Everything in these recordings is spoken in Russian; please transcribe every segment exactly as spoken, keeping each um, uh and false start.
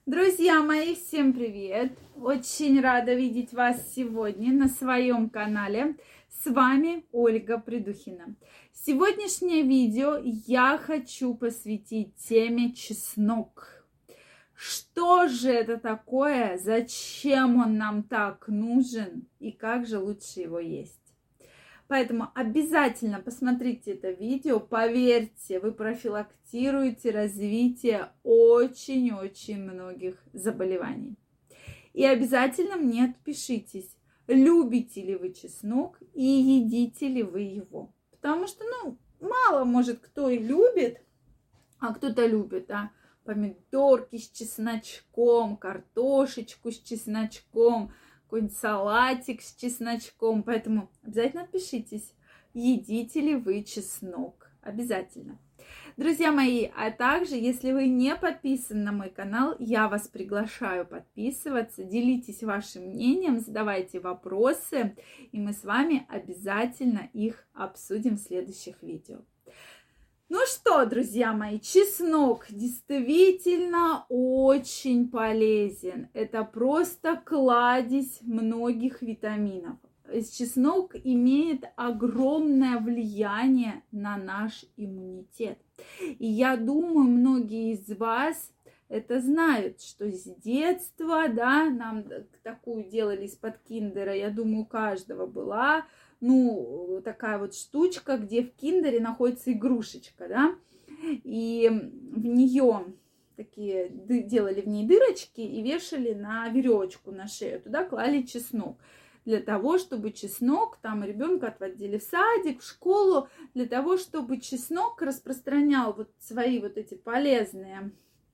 Друзья мои, всем привет! Очень рада видеть вас сегодня на своем канале. С вами Ольга Придухина. Сегодняшнее видео я хочу посвятить теме чеснок. Что же это такое, зачем он нам так нужен и как же лучше его есть? Поэтому обязательно посмотрите это видео, поверьте, вы профилактируете развитие очень-очень многих заболеваний. И обязательно мне отпишитесь, любите ли вы чеснок и едите ли вы его. Потому что, ну, мало, может, кто и любит, а кто-то любит, да, помидорки с чесночком, картошечку с чесночком, какой-нибудь салатик с чесночком. Поэтому обязательно отпишитесь, едите ли вы чеснок. Обязательно. Друзья мои, а также, если вы не подписаны на мой канал, я вас приглашаю подписываться, делитесь вашим мнением, задавайте вопросы, и мы с вами обязательно их обсудим в следующих видео. Ну что, друзья мои, чеснок действительно очень полезен. Это просто кладезь многих витаминов. Чеснок имеет огромное влияние на наш иммунитет. И я думаю, многие из вас это знают, что с детства, да, нам такую делали из-под киндера, я думаю, у каждого была, ну, такая вот штучка, где в киндере находится игрушечка, да, и в нее такие, делали в ней дырочки и вешали на веревочку на шею, туда клали чеснок. Для того, чтобы чеснок, там ребенка отводили в садик, в школу, для того, чтобы чеснок распространял вот свои вот эти полезные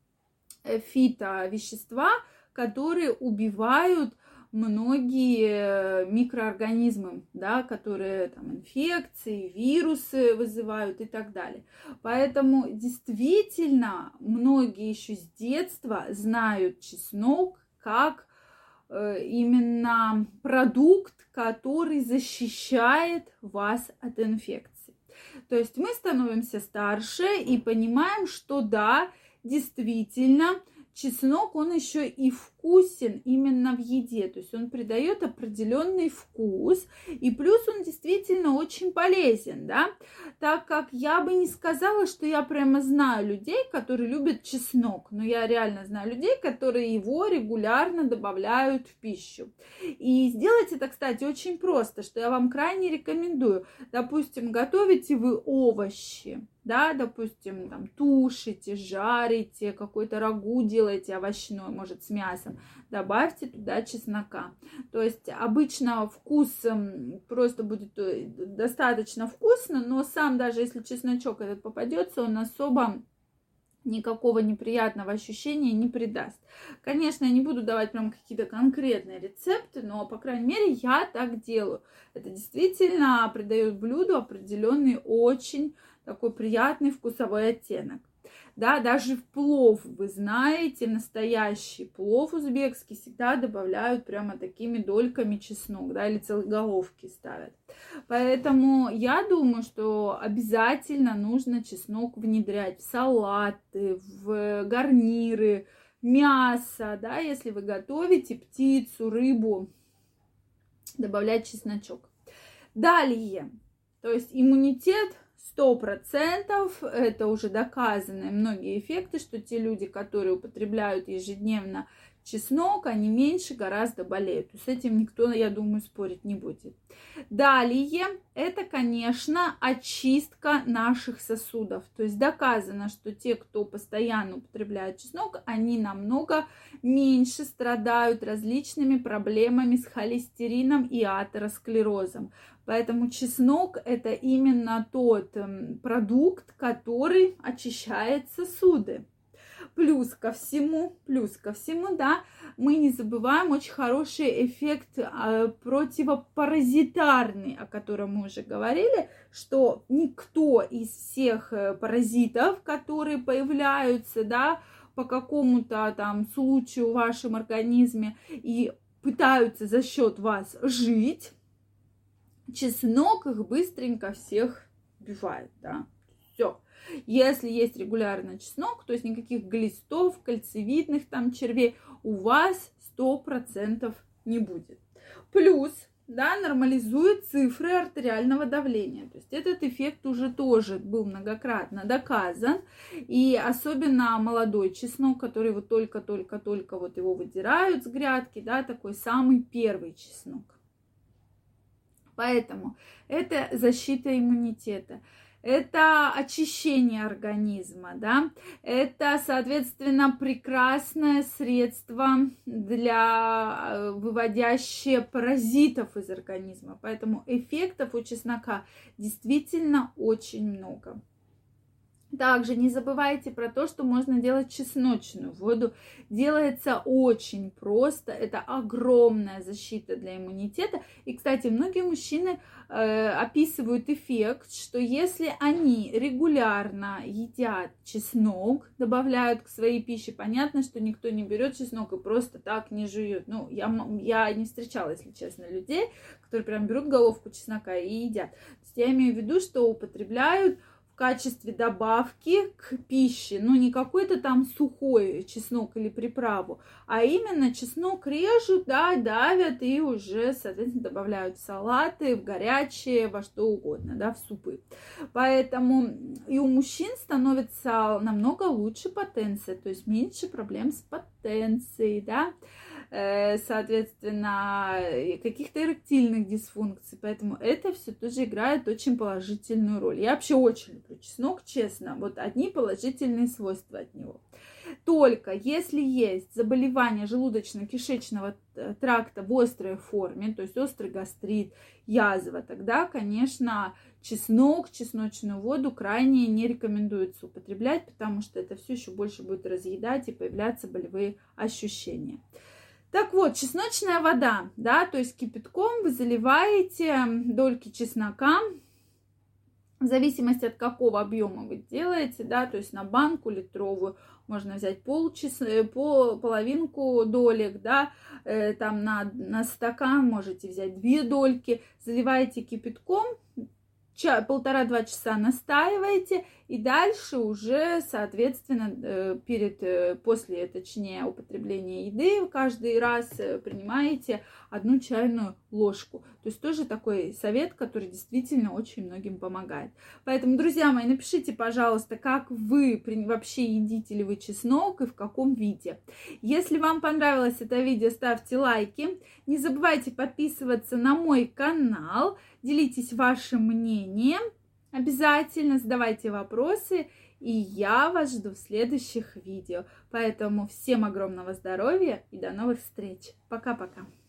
фитовещества, которые убивают многие микроорганизмы, да, которые там инфекции, вирусы вызывают и так далее. Поэтому действительно многие еще с детства знают чеснок как э, именно продукт, который защищает вас от инфекций. То есть мы становимся старше и понимаем, что да, действительно, чеснок, он еще и вкусен именно в еде, то есть он придает определенный вкус, и плюс он действительно очень полезен, да, так как я бы не сказала, что я прямо знаю людей, которые любят чеснок, но я реально знаю людей, которые его регулярно добавляют в пищу. И сделать это, кстати, очень просто, что я вам крайне рекомендую. Допустим, готовите вы овощи, да, допустим, там тушите, жарите, какой-то рагу делаете овощной, может, с мясом, добавьте туда чеснока. То есть обычно вкус просто будет достаточно вкусно, но сам даже если чесночок этот попадется, он особо никакого неприятного ощущения не придаст. Конечно, я не буду давать прям какие-то конкретные рецепты, но, по крайней мере, я так делаю. Это действительно придает блюду определенный очень такой приятный вкусовой оттенок. Да, даже в плов, вы знаете, настоящий плов узбекский всегда добавляют прямо такими дольками чеснок, да, или целые головки ставят. Поэтому я думаю, что обязательно нужно чеснок внедрять в салаты, в гарниры, мясо, да, если вы готовите птицу, рыбу, добавлять чесночок. Далее, то есть иммунитет сто процентов, это уже доказанные многие эффекты, что те люди, которые употребляют ежедневно чеснок, они меньше гораздо болеют. С этим никто, я думаю, спорить не будет. Далее, это, конечно, очистка наших сосудов. То есть доказано, что те, кто постоянно употребляет чеснок, они намного меньше страдают различными проблемами с холестерином и атеросклерозом. Поэтому чеснок – это именно тот продукт, который очищает сосуды. Плюс ко всему, плюс ко всему, да, мы не забываем очень хороший эффект э, противопаразитарный, о котором мы уже говорили, что никто из всех паразитов, которые появляются, да, по какому-то там случаю в вашем организме и пытаются за счет вас жить, чеснок их быстренько всех убивает, да. Все. Если есть регулярно чеснок, то есть никаких глистов, кальцивидных там червей у вас сто процентов не будет. Плюс, да, нормализует цифры артериального давления. То есть этот эффект уже тоже был многократно доказан. И особенно молодой чеснок, который вот только-только-только вот его выдирают с грядки, да, такой самый первый чеснок. Поэтому это защита иммунитета. Это очищение организма, да, это, соответственно, прекрасное средство для выводящее паразитов из организма, поэтому эффектов у чеснока действительно очень много. Также не забывайте про то, что можно делать чесночную воду. Делается очень просто. Это огромная защита для иммунитета. И, кстати, многие мужчины э, описывают эффект, что если они регулярно едят чеснок, добавляют к своей пище, понятно, что никто не берет чеснок и просто так не жует. Ну, я, я не встречала, если честно, людей, которые прям берут головку чеснока и едят. То есть я имею в виду, что употребляют в качестве добавки к пище, ну не какой-то там сухой чеснок или приправу, а именно чеснок режут, да, давят и уже, соответственно, добавляют в салаты, в горячие, во что угодно, да, в супы. Поэтому и у мужчин становится намного лучше потенция, то есть меньше проблем с потенцией, да, соответственно, каких-то эректильных дисфункций. Поэтому это все тоже играет очень положительную роль. Я вообще очень люблю чеснок, честно. Вот одни положительные свойства от него. Только если есть заболевание желудочно-кишечного тракта в острой форме, то есть острый гастрит, язва, тогда, конечно, чеснок, чесночную воду крайне не рекомендуется употреблять, потому что это все еще больше будет разъедать и появляться болевые ощущения. Так вот, чесночная вода, да, то есть кипятком вы заливаете дольки чеснока, в зависимости от какого объема вы делаете, да, то есть на банку литровую можно взять пол чес... пол... половинку долек, да, э, там на... на стакан можете взять две дольки, заливаете кипятком, ча... полтора-два часа настаиваете, и дальше уже, соответственно, перед, после, точнее, употребления еды каждый раз принимаете одну чайную ложку. То есть тоже такой совет, который действительно очень многим помогает. Поэтому, друзья мои, напишите, пожалуйста, как вы вообще едите ли вы чеснок и в каком виде. Если вам понравилось это видео, ставьте лайки. Не забывайте подписываться на мой канал, делитесь вашим мнением. Обязательно задавайте вопросы, и я вас жду в следующих видео. Поэтому всем огромного здоровья и до новых встреч. Пока-пока.